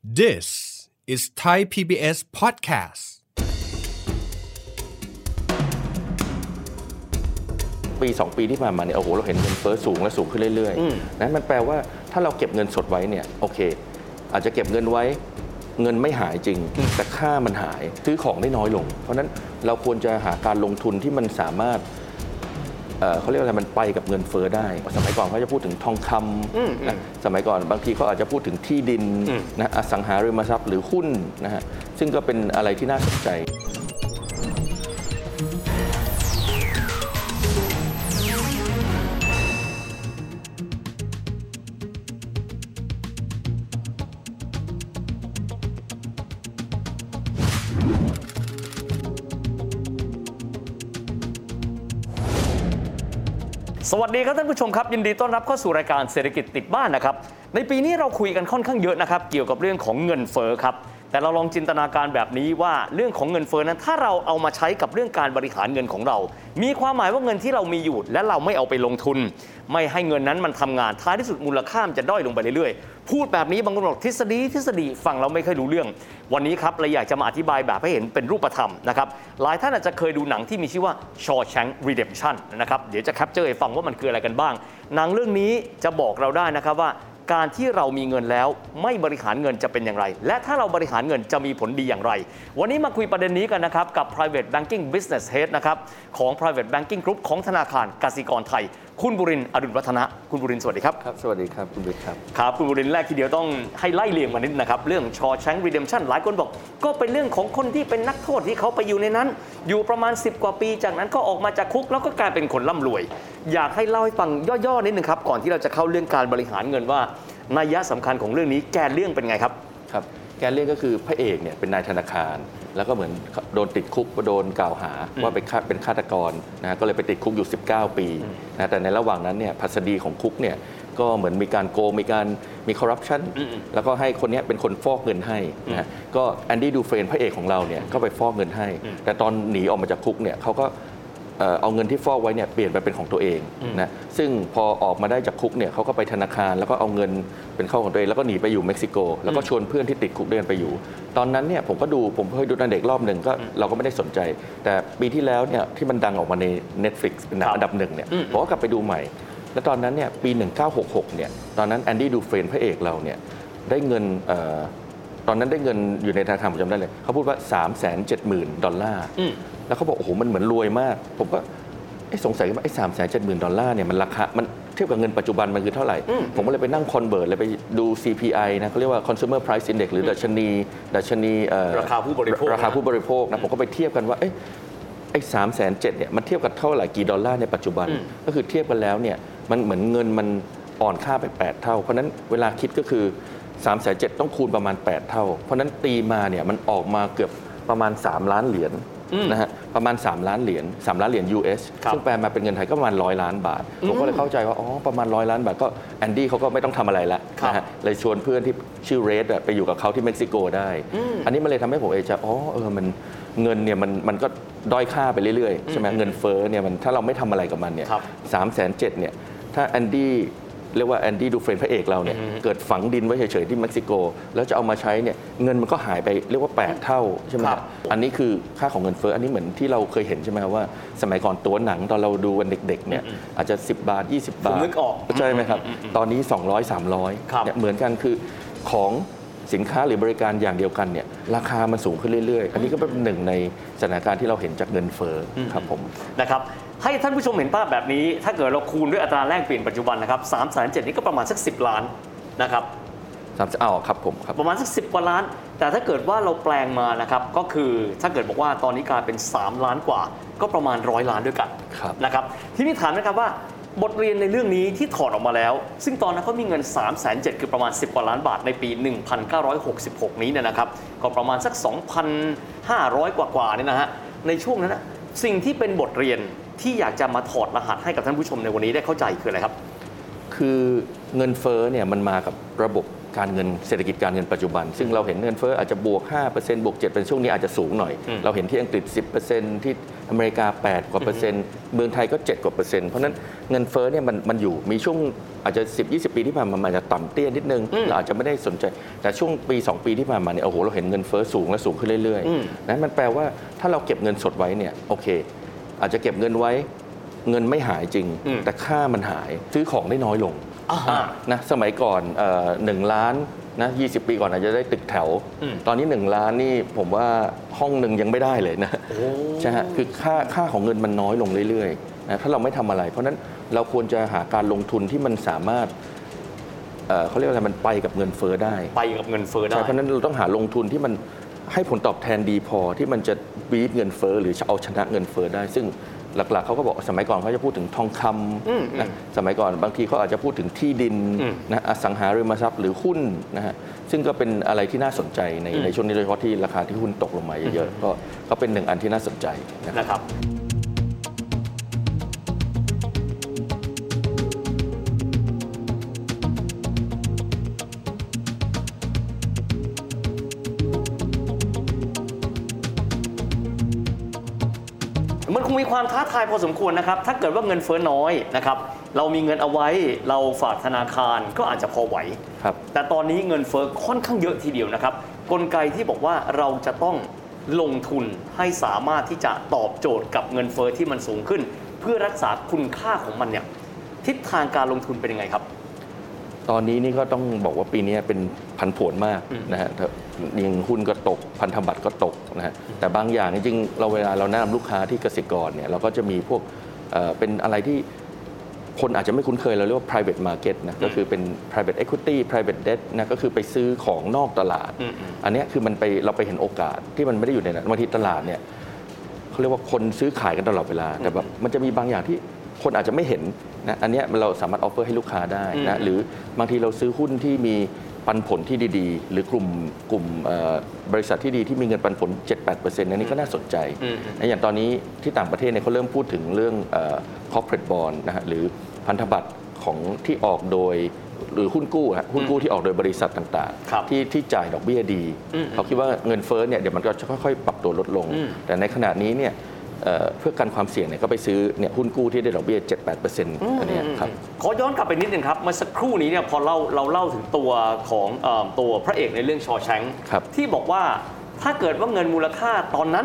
This is Thai PBS podcast. ปี2 ปีที่ผ่านมาเนี่ยโอ้โหเราเห็นเงินเฟ้อสูงและสูงขึ้นเรื่อยๆนั้นมันแปลว่าถ้าเราเก็บเงินสดไว้เนี่ยโอเคอาจจะเก็บเงินไว้เงินไม่หายจริงแต่ค่ามันหายซื้อของได้น้อยลงเพราะฉะนั้นเราควรจะหาการลงทุนที่มันสามารถเขาเรียกอะไรมันไปกับเงินเฟ้อได้สมัยก่อนเขาจะพูดถึงทองคำนะสมัยก่อนบางทีเขาอาจจะพูดถึงที่ดินนะอสังหาริมทรัพย์หรือหุ้นนะฮะซึ่งก็เป็นอะไรที่น่าสนใจสวัสดีครับท่านผู้ชมครับยินดีต้อนรับเข้าสู่รายการเศรษฐกิจติดบ้านนะครับในปีนี้เราคุยกันค่อนข้างเยอะนะครับเกี่ยวกับเรื่องของเงินเฟ้อครับแต่เราลองจินตนาการแบบนี้ว่าเรื่องของเงินเฟ้อนั้นถ้าเราเอามาใช้กับเรื่องการบริหารเงินของเรามีความหมายว่าเงินที่เรามีอยู่และเราไม่เอาไปลงทุนไม่ให้เงินนั้นมันทำงานท้ายที่สุดมูลค่ามันจะด้อยลงไปเรื่อยๆพูดแบบนี้บางคนบอกทฤษฎีฟังเราไม่ค่อยรู้เรื่องวันนี้ครับเราอยากจะมาอธิบายแบบให้เห็นเป็นรูปธรรมนะครับหลายท่านอาจจะเคยดูหนังที่มีชื่อว่า Shawshank Redemption นะครับเดี๋ยวจะแคปเจอร์ให้ฟังว่ามันคืออะไรกันบ้างหนังเรื่องนี้จะบอกเราได้นะครับว่าการที่เรามีเงินแล้วไม่บริหารเงินจะเป็นอย่างไรและถ้าเราบริหารเงินจะมีผลดีอย่างไรวันนี้มาคุยประเด็นนี้กันนะครับกับ Private Banking Business Head นะครับของ Private Banking Group ของธนาคารกสิกรไทยคุณบุรินทร์อดุลวัฒนะคุณบุรินทร์สวัสดีครับครับสวัสดีครับคุณวิทย์ครับครับคุณบุรินทร์แรกทีเดียวต้องให้ไล่เรียงมานิดนะครับเรื่อง Shawshank Redemption หลายคนบอกก็เป็นเรื่องของคนที่เป็นนักโทษที่เขาไปอยู่ในนั้นอยู่ประมาณ10กว่าปีจากนั้นก็ออกมาจากคุกแล้วก็กลายเป็นคนร่ำรวยอยากให้เล่าให้ฟังย่อๆนิดนึงครับก่อนที่เราจะเข้าเรื่องการบริหารเงินว่านัยสำคัญของเรื่องนี้แกนเรื่องเป็นไงครับครับแกนเรื่องก็คือพระเอกเนี่ยเป็นนายธนาคารแล้วก็เหมือนโดนติดคุกโดนกล่าวหาว่าเป็นฆาตกรนะก็เลยไปติดคุกอยู่19 ปีนะแต่ในระหว่างนั้นเนี่ยพัสดีของคุกเนี่ยก็เหมือนมีการโกงมีคอร์รัปชันแล้วก็ให้คนนี้เป็นคนฟอกเงินให้นะก็แอนดี้ดูเฟรนพระเอกของเราเนี่ยก็ไปฟอกเงินให้แต่ตอนหนีออกมาจากคุกเนี่ยเขาก็เอาเงินที่ฟอกไว้เนี่ยเปลี่ยนไปเป็นของตัวเองนะซึ่งพอออกมาได้จากคุกเนี่ยเขาก็ไปธนาคารแล้วก็เอาเงินเป็นเข้าของตัวเองแล้วก็หนีไปอยู่เม็กซิโกแล้วก็ชวนเพื่อนที่ติดคุกด้วยกันไปอยู่ตอนนั้นเนี่ยผมเคยดูตอนเด็กรอบหนึ่งก็เราก็ไม่ได้สนใจแต่ปีที่แล้วเนี่ยที่มันดังออกมาใน Netflix เป็นหนังอันดับ1เนี่ยผมก็กลับไปดูใหม่แล้วตอนนั้นเนี่ยปี1966เนี่ยตอนนั้นแอนดี้ดูเฟรนพระเอกเราเนี่ยได้เงินตอนนั้นได้เงินอยู่ในธนาคารผมจำได้เลยเขาพูดว่า$370,000แล้วเขาบอกโอ้โหมันเหมือนรวยมากผมก็สงสัยว่า$370,000เนี่ยมันราคามันเทียบกับเงินปัจจุบันมันคือเท่าไหร่ผมก็เลยไปนั่งคอนเวิร์ตเลยไปดู CPI นะเขาเรียกว่า Consumer Price Index หรือดัชนีราคาผู้บริโภคนะผมก็ไปเทียบกันว่า370,000เนี่ยมันเทียบกับเท่าไหร่กี่ดอลลาร์ในปัจจุบันก็คือเทียบกันแล้วเนี่ยมันเหมือนเงินมันอ่อนค่าไป8เท่าเพราะนั้นเวลาคิดก็คือ370,000ต้องคูณประมาณ8เท่าเพราะนั้นตีมาเนี่ยมันออกมาเกือบประมาณ3ล้านเหรียญนะฮะประมาณ3ล้านเหรียญ US ซึ่งแปลมาเป็นเงินไทยก็ประมาณ100 ล้านบาทผมก็เลยเข้าใจว่าอ๋อประมาณ100 ล้านบาทก็แอนดี้เขาก็ไม่ต้องทำอะไรแล้วนะฮะเลยชวนเพื่อนที่ชื่อเรดไปอยู่กับเขาที่เม็กซิโกได้อันนี้มันเลยทำให้ผมจะมันเงินเนี่ยมันก็ด้อยค่าไปเรื่อยๆใช่ไหมเงินเฟ้อเนี่ยมันถ้าเราไม่ทำอะไรกับมันเนี่ย370,000เนี่ยถ้าแอนดี้เรียกว่าแอนดี้ดูเฟรนพระเอกเราเนี่ยเกิดฝังดินไว้เฉยๆที่เม็กซิโกแล้วจะเอามาใช้เนี่ยเงินมันก็หายไปเรียกว่า8เท่าใช่ไหมครับอันนี้คือค่าของเงินเฟ้ออันนี้เหมือนที่เราเคยเห็นใช่ไหมครับว่าสมัยก่อนตัวหนังตอนเราดูวันเด็กๆเนี่ยอาจจะ10 บาท20 บาทใช่ไหมครับตอนนี้200 300เนี่ยเหมือนกันคือของสินค้าหรือบริการอย่างเดียวกันเนี่ยราคามันสูงขึ้นเรื่อยๆอันนี้ก็เป็นหนึ่งในสถานการณ์ที่เราเห็นจากเงินเฟ้อครับผมนะครับให้ท่านผู้ชมเห็นภาพแบบนี้ถ้าเกิดเราคูณด้วยอัตราแลกเปลี่ยนปัจจุบันนะครับ370,000นี่ก็ประมาณสัก10 ล้านนะครับครับผมครับประมาณสัก10 กว่าล้านแต่ถ้าเกิดว่าเราแปลงมานะครับก็คือถ้าเกิดบอกว่าตอนนี้กลายเป็น3ล้านกว่าก็ประมาณ100 ล้านด้วยกันนะครับทีนี้ถามนะครับว่าบทเรียนในเรื่องนี้ที่ถอดออกมาแล้วซึ่งตอนนั้นเขามีเงิน370,000คือประมาณ10 กว่าล้านบาทในปี1966นี้เนี่ยนะครับก็ประมาณสัก 2,500 กว่าเนี่ยนะฮะในช่วงนั้นนะสิ่งที่เป็นบทเรียนที่อยากจะมาถอดรหัสให้กับท่านผู้ชมในวันนี้ได้เข้าใจคืออะไรครับคือเงินเฟ้อเนี่ยมันมากับระบบการเงินเศรษฐกิจการเงินปัจจุบันซึ่งเราเห็นเงินเฟ้ออาจจะบวก 5% บวก 7% เป็นช่วงนี้อาจจะสูงหน่อยเราเห็นที่อังกฤษ 10% ที่อเมริกา 8 กว่าเปอร์เซ็นต์เมืองไทยก็ 7 กว่าเปอร์เซ็นต์เพราะนั้นเงินเฟ้อเนี่ยมันอยู่มีช่วงอาจจะ 10-20 ปีที่ผ่านมามันอาจจะต่ำเตี้ยนิดนึงเราอาจจะไม่ได้สนใจแต่ช่วงปี 2 ปีที่ผ่านมาเนี่ยโอ้โหเราเห็นเงินเฟ้อสูงและสูงขึ้นเรื่อยๆนั้นมันแปลว่าถ้าเราเก็บเงินสดไว้เนี่ยโอเคอาจจะเก็บเงินไว้เงินไม่หายจริงแต่ค่ามันหายซื้อของได้น้อยลงนะสมัยก่อน1 ล้านนะ20 ปีก่อนอาจจะได้ตึกแถวตอนนี้1 ล้านนี่ผมว่าห้องหนึ่งยังไม่ได้เลยนะใช่ฮะคือค่าของเงินมันน้อยลงเรื่อยๆนะถ้าเราไม่ทำอะไรเพราะนั้นเราควรจะหาการลงทุนที่มันสามารถเขาเรียกว่าอะไรมันไปกับเงินเฟ้อได้ไปกับเงินเฟ้อได้เพราะนั้นเราต้องหาลงทุนที่มันให้ผลตอบแทนดีพอที่มันจะบีทเงินเฟ้อหรือเอาชนะเงินเฟ้อได้ซึ่งหลักๆเขาก็บอกสมัยก่อนเขาจะพูดถึงทองคำนะสมัยก่อนบางทีเขาอาจจะพูดถึงที่ดินนะอสังหาริมทรัพย์หรือหุ้นนะฮะซึ่งก็เป็นอะไรที่น่าสนใจในช่วงนี้โดยเฉพาะที่ราคาที่หุ้นตกลงมาเยอะๆก็เป็นหนึ่งอันที่น่าสนใจนะครับมันคงมีความท้าทายพอสมควรนะครับถ้าเกิดว่าเงินเฟ้อน้อยนะครับเรามีเงินเอาไว้เราฝากธนาคารก็อาจจะพอไหวแต่ตอนนี้เงินเฟ้อค่อนข้างเยอะทีเดียวนะครับกลไกที่บอกว่าเราจะต้องลงทุนให้สามารถที่จะตอบโจทย์กับเงินเฟ้อที่มันสูงขึ้นเพื่อรักษาคุณค่าของมันเนี่ยทิศทางการลงทุนเป็นยังไงครับตอนนี้นี่ก็ต้องบอกว่าปีนี้เป็นผันผวนมากนะฮะยิงหุ้นก็ตกพันธบัตรก็ตกนะฮะแต่บางอย่างจริงๆเวลาเราแนะนำลูกค้าที่กสิกรเนี่ยเราก็จะมีพวกเป็นอะไรที่คนอาจจะไม่คุ้นเคยเราเรียกว่า private market นะก็คือเป็น private equity private debt นะก็คือไปซื้อของนอกตลาดอันนี้คือเราไปเห็นโอกาสที่มันไม่ได้อยู่ในนั้นบางทีตลาดเนี่ยเขาเรียกว่าคนซื้อขายกันตลอดเวลาแต่แบบมันจะมีบางอย่างที่คนอาจจะไม่เห็นนะอันนี้เราสามารถออฟเฟอร์ให้ลูกค้าได้นะหรือบางทีเราซื้อหุ้นที่มีปันผลที่ดีๆหรือกลุ่มบริษัทที่ดีที่มีเงินปันผล 7-8% อันนี้ก็น่าสนใจนะอย่างตอนนี้ที่ต่างประเทศเนี่ยเขาเริ่มพูดถึงเรื่อง corporate bond นะฮะหรือพันธบัตรของที่ออกโดยหรือหุ้นกู้ที่ออกโดยบริษัทต่างๆที่จ่ายดอกเบี้ยดีเขาคิดว่าเงินเฟ้อเนี่ยเดี๋ยวมันก็จะค่อยๆปรับตัวลดลงแต่ในขณะนี้เนี่ยเพื่อกันความเสี่ยงเนี่ยก็ไปซื้อเนี่ยหุ้นกู้ที่ได้ดอกเบี้ย 7-8% อันนี้ครับขอย้อนกลับไปนิดนึงครับเมื่อสักครู่นี้เนี่ยพอเราเล่าถึงตัวของตัวพระเอกในเรื่องชอว์แชงค์ที่บอกว่าถ้าเกิดว่าเงินมูลค่าตอนนั้น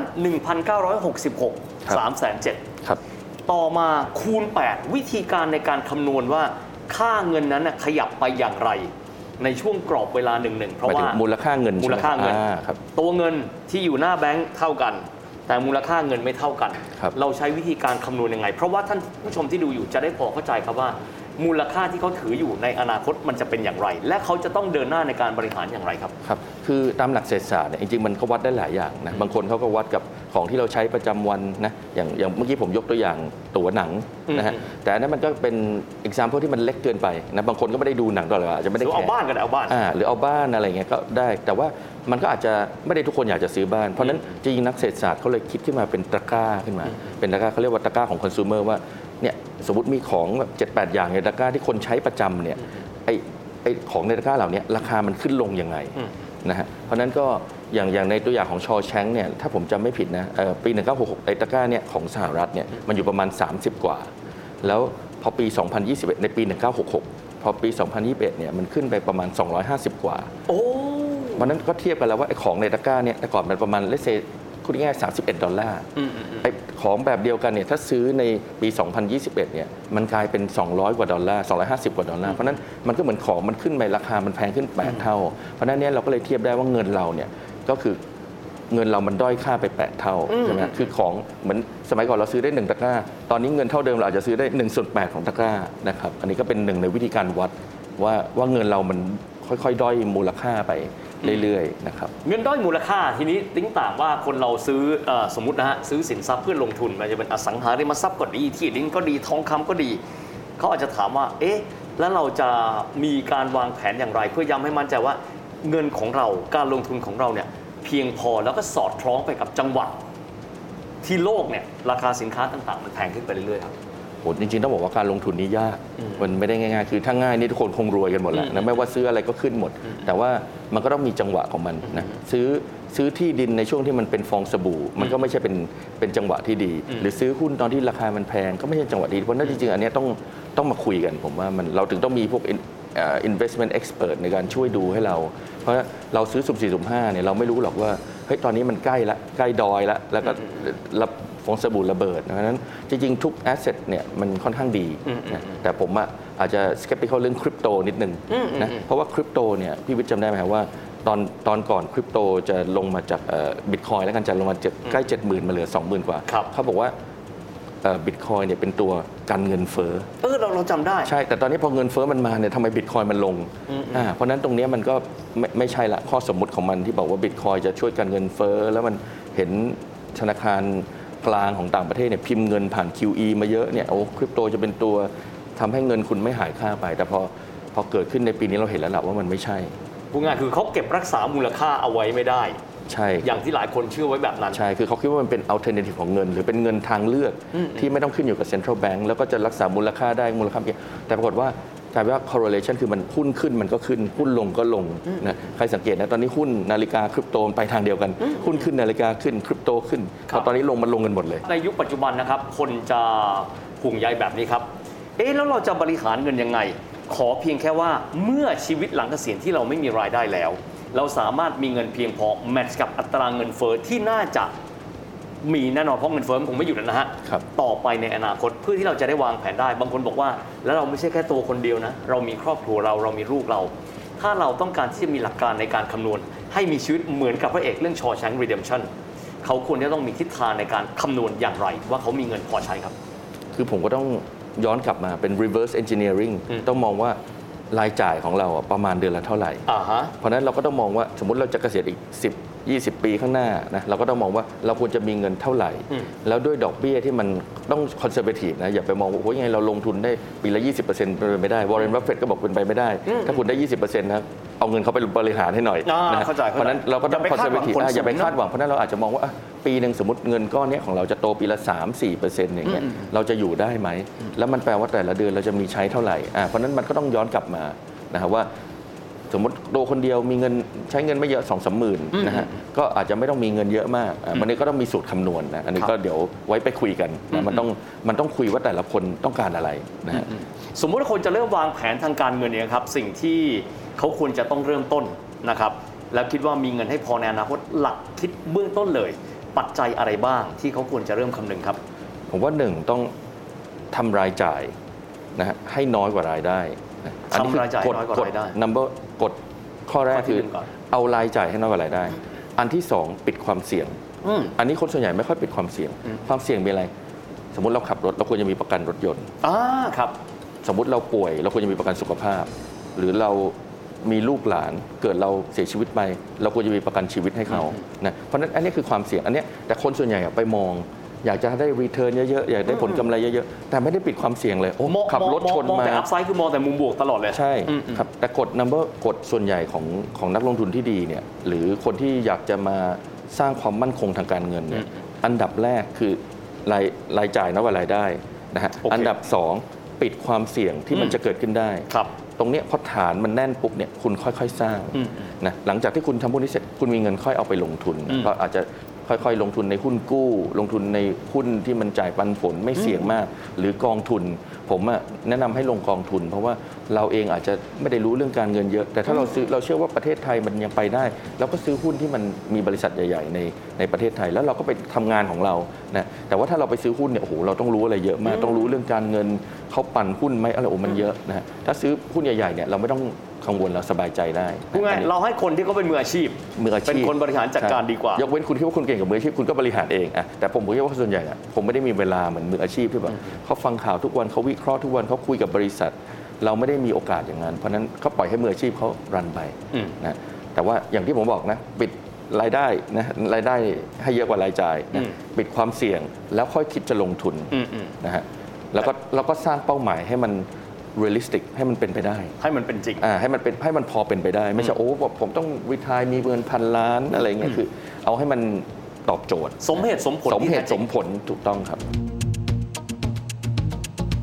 1,966 307,000ครับต่อมาคูณ 8 วิธีการในการคำนวณว่าค่าเงินนั้นขยับไปอย่างไรในช่วงกรอบเวลาหนึ่งเพราะว่ามูลค่าเงินตัวเงินที่อยู่หน้าแบงค์เท่ากันแต่มูลค่าเงินไม่เท่ากันเราใช้วิธีการคำนวณยังไงเพราะว่าท่านผู้ชมที่ดูอยู่จะได้พอเข้าใจครับว่ามูลค่าที่เขาถืออยู่ในอนาคตมันจะเป็นอย่างไรและเขาจะต้องเดินหน้าในการบริหารอย่างไรครับครับคือตามหลักเศรษฐศาสตร์เนี่ยจริงๆมันก็วัดได้หลายอย่างนะบางคนเขาก็วัดกับของที่เราใช้ประจำวันนะอย่างเมื่อกี้ผมยกตัวอย่างตั๋วหนังนะฮะแต่อันนั้นมันก็เป็น example ที่มันเล็กเกินไปนะบางคนก็ไม่ได้ดูหนังตลอดเวลาจะไม่ได้เอาบ้านก็ได้เอาบ้านหรือเอาบ้านอะไรเงี้ยก็ได้แต่ว่ามันก็อาจจะไม่ได้ทุกคนอยากจะซื้อบ้านเพราะนั้นจริงๆนักเศรษฐศาสตร์เขาเลยคิดขึ้นมาเป็นตะกร้าขึ้นมาเป็นตะกร้าเขาเรียกว่าตะกร้าของ consumer ว่าเนี่ยสมมติมีของแบบ 7-8 อย่างในตะกร้าที่คนใช้ประจำเนี่ยไอ้ของในตะกร้าเหล่านี้ราคามันขึ้นลงยังไงนะฮะเพราะนั้นก็อย่างในตัวอย่างของชอว์แชงค์เนี่ยถ้าผมจำไม่ผิดนะปี1966ไอ้ตะกร้าเนี่ยของสหรัฐเนี่ยมันอยู่ประมาณ30กว่าแล้วพอปี2021ในปี1966พอปี2021เนี่ยมันขึ้นไปประมาณ250กว่าวันนั้นก็เทียบกันแล้วว่าไอ้ของในตะกร้าเนี่ยแต่ก่อนมันประมาณเลเซพูดง่ายๆ$31ไอ้ของแบบเดียวกันเนี่ยถ้าซื้อในปี2021เนี่ยมันกลายเป็น$200กว่า250กว่า$เพราะนั้นมันก็เหมือนของมันขึ้นไปราคามันแพงขึ้น8เท่าเพราะนั้นเนี่ยเราก็เลยเทียบได้ว่าเงินเราเนี่ยก็คือเงินเรามันด้อยค่าไป8เท่าใช่ไหมคือของเหมือนสมัยก่อนเราซื้อได้1ตะกร้าตอนนี้เงินเท่าเดิมเราอาจจะซื้อได้1/8ของตะกร้านะครับอันนี้ก็เป็นหนึ่งในวิธีการวัดว่าเงินเรามันค่อยๆด้อยมูลค่าไปเรื่อยๆนะครับเงินด้อยมูลค่าทีนี้ติ้งต่างว่าคนเราซื้อสมมุตินะฮะซื้อสินทรัพย์เพื่อลงทุนมันจะเป็นอสังหาริมทรัพย์ก็ดีที่ดินก็ดีทองคำก็ดีเขาอาจจะถามว่าเอ๊ะแล้วเราจะมีการวางแผนอย่างไรเพื่อย้ำให้มั่นใจว่าเงินของเราการลงทุนของเราเนี่ยเพียงพอแล้วก็สอดคล้องไปกับจังหวะที่โลกเนี่ยราคาสินค้าต่างๆมันแพงขึ้นไปเรื่อยๆครับโหจริงๆต้องบอกว่าการลงทุนนี้ยากมันไม่ได้ง่ายๆคือถ้าง่ายนี่ทุกคนคงรวยกันหมดแหละนะไม่ว่าซื้ออะไรก็ขึ้นหมดแต่ว่ามันก็ต้องมีจังหวะของมันนะซื้อที่ดินในช่วงที่มันเป็นฟองสบู่มันก็ไม่ใช่เป็นจังหวะที่ดีหรือซื้อหุ้นตอนที่ราคามันแพงก็ไม่ใช่จังหวะดีเพราะนั่นจริงๆอันนี้ต้องมาคุยกันผมว่ามันเราถึงต้องมีพวกinvestment expert ในการช่วยดูให้เราเพราะเราซื้อสุ่ม4สุ่ม5เนี่ยเราไม่รู้หรอกว่าเฮ้ยตอนนี้มันใกล้ดอยแล้วก็ฟองสบู่ระเบิดดังนั้นจริงๆทุก asset เนี่ยมันค่อนข้างดีนะแต่ผมอาจจะ skeptical เรื่องคริปโตนิดนึงนะเพราะว่าคริปโตเนี่ยพี่วิทย์จำได้ไหมครับว่าตอนก่อนคริปโตจะลงมาจากบิตคอยแล้วกันจะลงมาใกล้ 70,000 มาเหลือ 20,000 กว่าเขาบอกว่าบิตคอยเนี่ยเป็นตัวกันเงินเฟ้อเราจำได้ใช่แต่ตอนนี้พอเงินเฟ้อมันมาเนี่ยทำไมบิตคอยมันลงเพราะนั้นตรงนี้มันก็ไม่ใช่ละข้อสมมุติของมันที่บอกว่าบิตคอยจะช่วยกันเงินเฟ้อแล้วมันเห็นธนาคารกลางของต่างประเทศเนี่ยพิมพ์เงินผ่าน QE มาเยอะเนี่ยโอ้คริปโตจะเป็นตัวทำให้เงินคุณไม่หายค่าไปแต่พอเกิดขึ้นในปีนี้เราเห็นแล้วแหละว่ามันไม่ใช่พูดง่ายคือเขาเก็บรักษามูลค่าเอาไว้ไม่ได้ใช่อย่างที่หลายคนเชื่อไว้แบบนั้นใช่คือเขาคิดว่ามันเป็น alternative ของเงินหรือเป็นเงินทางเลือกที่ไม่ต้องขึ้นอยู่กับ central bank แล้วก็จะรักษามูลค่าได้มูลค่าแต่ปรากฏว่ากลายเป็นว่า correlation คือมันหุ้นขึ้นมันก็ขึ้นหุ้นลงก็ลงนะใครสังเกตนะตอนนี้หุ้นนาฬิกาคริปโตไปทางเดียวกันหุ้นขึ้นนาฬิกาขึ้นคริปโตขึ้นพอตอนนี้มันลงกันหมดเลยในยุคปัจจุบันนะครับคนจะห่วงใยแบบนี้ครับแล้วเราจะบริหารเงินยังไงขอเพียงแค่ว่าเมื่อชีวิตหลังเกษียณที่เราไม่มีรายได้แล้วเราสามารถมีเงินเพียงพอแมทช์กับอัตราเงินเฟ้อที่น่าจะมีแน่นอนเพราะเงินเฟ้อคงไม่หยุดนะฮะต่อไปในอนาคตเพื่อที่เราจะได้วางแผนได้บางคนบอกว่าแล้วเราไม่ใช่แค่ตัวคนเดียวนะเรามีครอบครัวเรามีลูกเราถ้าเราต้องการที่จะมีหลักการในการคำนวณให้มีชีวิตเหมือนกับพระเอกเรื่อง Shawshank Redemption เขาควรจะต้องมีทิศทางในการคำนวณอย่างไรว่าเขามีเงินพอใช้ครับคือผมก็ต้องย้อนกลับมาเป็น reverse engineering ต้องมองว่ารายจ่ายของเราประมาณเดือนละเท่าไหร่เพราะนั้นเราก็ต้องมองว่าสมมุติเราจะเกษียณอีก10-20 ปีข้างหน้านะเราก็ต้องมองว่าเราควรจะมีเงินเท่าไหร่แล้วด้วยดอกเบี้ยที่มันต้องคอนเซอร์เวทีฟนะอย่าไปมองว่าโอ้ยยังไงเราลงทุนได้ปีละ 20% เป็นไปไม่ได้วอร์เรน บัฟเฟตต์ก็บอกเป็นไปไม่ได้ถ้าคุณได้ 20% นะเอาเงินเขาไปบริหารให้หน่อยนะเพราะนั้นเราก็ต้องคอนเซอร์เวทีฟอย่าไปคาดหวังเพราะนั้นเราอาจจะมองว่าปีนึงสมมติเงินก้อนนี้ของเราจะโตปีละ 3-4% อย่างเงี้ยเราจะอยู่ได้ไหมแล้วมันแปลว่าแต่ละเดือนเราจะมีใช้เท่าไหร่เพราะนั้นมันก็ต้องย้อนกลับมานะครับว่าสมมติโตคนเดียวมีเงินใช้เงินไม่เยอะ 2-3 หมื่นนะฮะก็อาจจะไม่ต้องมีเงินเยอะมากมันนี้ก็ต้องมีสูตรคำนวณนะอันนี้ก็เดี๋ยวไว้ไปคุยกันนะมันต้องคุยว่าแต่ละคนต้องการอะไรนะฮะสมมุติคนจะเริ่มวางแผนทางการเงินเนี่ยครับสิ่งที่เขาควรจะต้องเริ่มต้นนะครับแล้วคิดว่ามีเงินให้พอในอนาคตหลักคิดเบื้องต้นเลยปัจจัยอะไรบ้างที่เขาควรจะเริ่มคำนึงครับผมว่า1ต้องทำรายจ่ายนะฮะให้น้อยกว่ารายได้อันนี้คือกฎ number กฎข้อแรกคือเอารายจ่ายให้น้อยกว่ารายได้อันที่2ปิดความเสี่ยงอันนี้คนส่วนใหญ่ไม่ค่อยปิดความเสี่ยงความเสี่ยงเป็นอะไรสมมติเราขับรถเราควรจะมีประกันรถยนต์ครับสมมติเราป่วยเราควรจะมีประกันสุขภาพหรือเรามีลูกหลานเกิดเราเสียชีวิตไปเราควรจะมีประกันชีวิตให้เขานะเพราะฉะนั้นอันนี้คือความเสี่ยงอันนี้แต่คนส่วนใหญ่ไปมองอยากจะได้รีเทิร์นเยอะๆอยากได้ผลกำไรเยอะๆแต่ไม่ได้ปิดความเสี่ยงเลยขับรถชนมาแต่อัพไซด์คือมองแต่มุมบวกตลอดเลยใช่ครับแต่กฎส่วนใหญ่ของนักลงทุนที่ดีเนี่ยหรือคนที่อยากจะมาสร้างความมั่นคงทางการเงินเนี่ยอันดับแรกคือรายจ่ายน้อยกว่ารายได้นะฮะอันดับ2ปิดความเสี่ยงที่มันจะเกิดขึ้นได้ตรงนี้พอฐานมันแน่นปุ๊บเนี่ยคุณค่อยๆสร้างนะหลังจากที่คุณทำพวกนี้เสร็จคุณมีเงินค่อยเอาไปลงทุนก็อาจจะค่อยๆลงทุนในหุ้นกู้ลงทุนในหุ้นที่มันจ่ายปันผลไม่เสี่ยงมากหรือกองทุนผมแนะนำให้ลงกองทุนเพราะว่าเราเองอาจจะไม่ได้รู้เรื่องการเงินเยอะแต่ถ้าเราเชื่อว่าประเทศไทยมันยังไปได้เราก็ซื้อหุ้นที่มันมีบริษัทใหญ่ๆในประเทศไทยแล้วเราก็ไปทำงานของเรานะแต่ว่าถ้าเราไปซื้อหุ้นเนี่ยโอ้โหเราต้องรู้อะไรเยอะมากต้องรู้เรื่องการเงินเขาปั่นหุ้นไหมอะไรมันเยอะนะฮะถ้าซื้อหุ้นใหญ่ๆเนี่ยเราไม่ต้องกังวลเราสบายใจได้พูดง่ายเราให้คนที่เขาเป็นมืออาชีพเป็นคนบริหารจัดการดีกว่ายกเว้นคุณคิดว่าคุณเก่งกับมืออาชีพคุณก็บริหารเองแต่ผมคิดว่าส่วนใหญ่ผมไม่ได้มีเวลาเหมือนมืออาชีพที่แบบเขาฟังข่าวทุกวันเขาวิเคราะห์ทุกวันเขาคุยกับบริษัทเราไม่ได้มีโอกาสอย่างนั้นเพราะนั้นเขาปล่อยให้มืออาชีพเขารันไปนะแต่ว่าอย่างที่ผมบอกนะปิดรายได้นะรายได้ให้เยอะกว่ารายจ่ายนะปิดความเสี่ยงแล้วค่อยคิดจะลงทุนนะฮะแล้วก็สร้างเป้าหมายให้มันrealistic ให้มันเป็นไปได้ให้มันเป็นจริงให้มันพอเป็นไปได้ไม่ใช่โอ้ผมต้องรีไทร์มีเงิน1,000 ล้านอะไรเงี้ยคือเอาให้มันตอบโจทย์สมเหตุสมผลสมเหตุสมผลถูกต้องครับ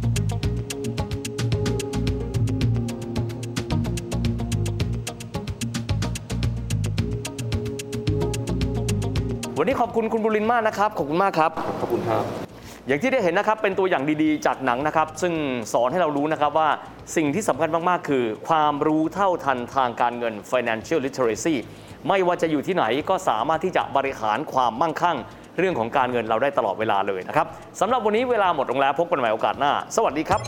วันนี้ขอบคุณคุณบุรินทร์มากนะครับขอบคุณมากครับขอบคุณครับอย่างที่ได้เห็นนะครับเป็นตัวอย่างดีๆจากหนังนะครับซึ่งสอนให้เรารู้นะครับว่าสิ่งที่สำคัญมากๆคือความรู้เท่าทันทางการเงิน financial literacy ไม่ว่าจะอยู่ที่ไหนก็สามารถที่จะบริหารความมั่งคั่งเรื่องของการเงินเราได้ตลอดเวลาเลยนะครับสำหรับวันนี้เวลาหมดลงแล้วพบกันใหม่โอกาสหน้าสวัสดีครับ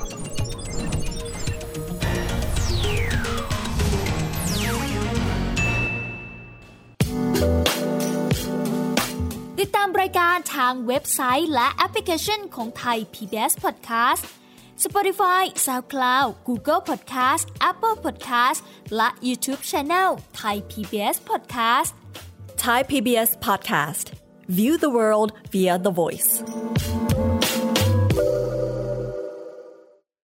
ติดตามรายการทางเว็บไซต์และแอปพลิเคชันของไทย PBS Podcast Spotify SoundCloud Google Podcast Apple Podcast และ YouTube Channel Thai PBS Podcast Thai PBS Podcast View the world via the voice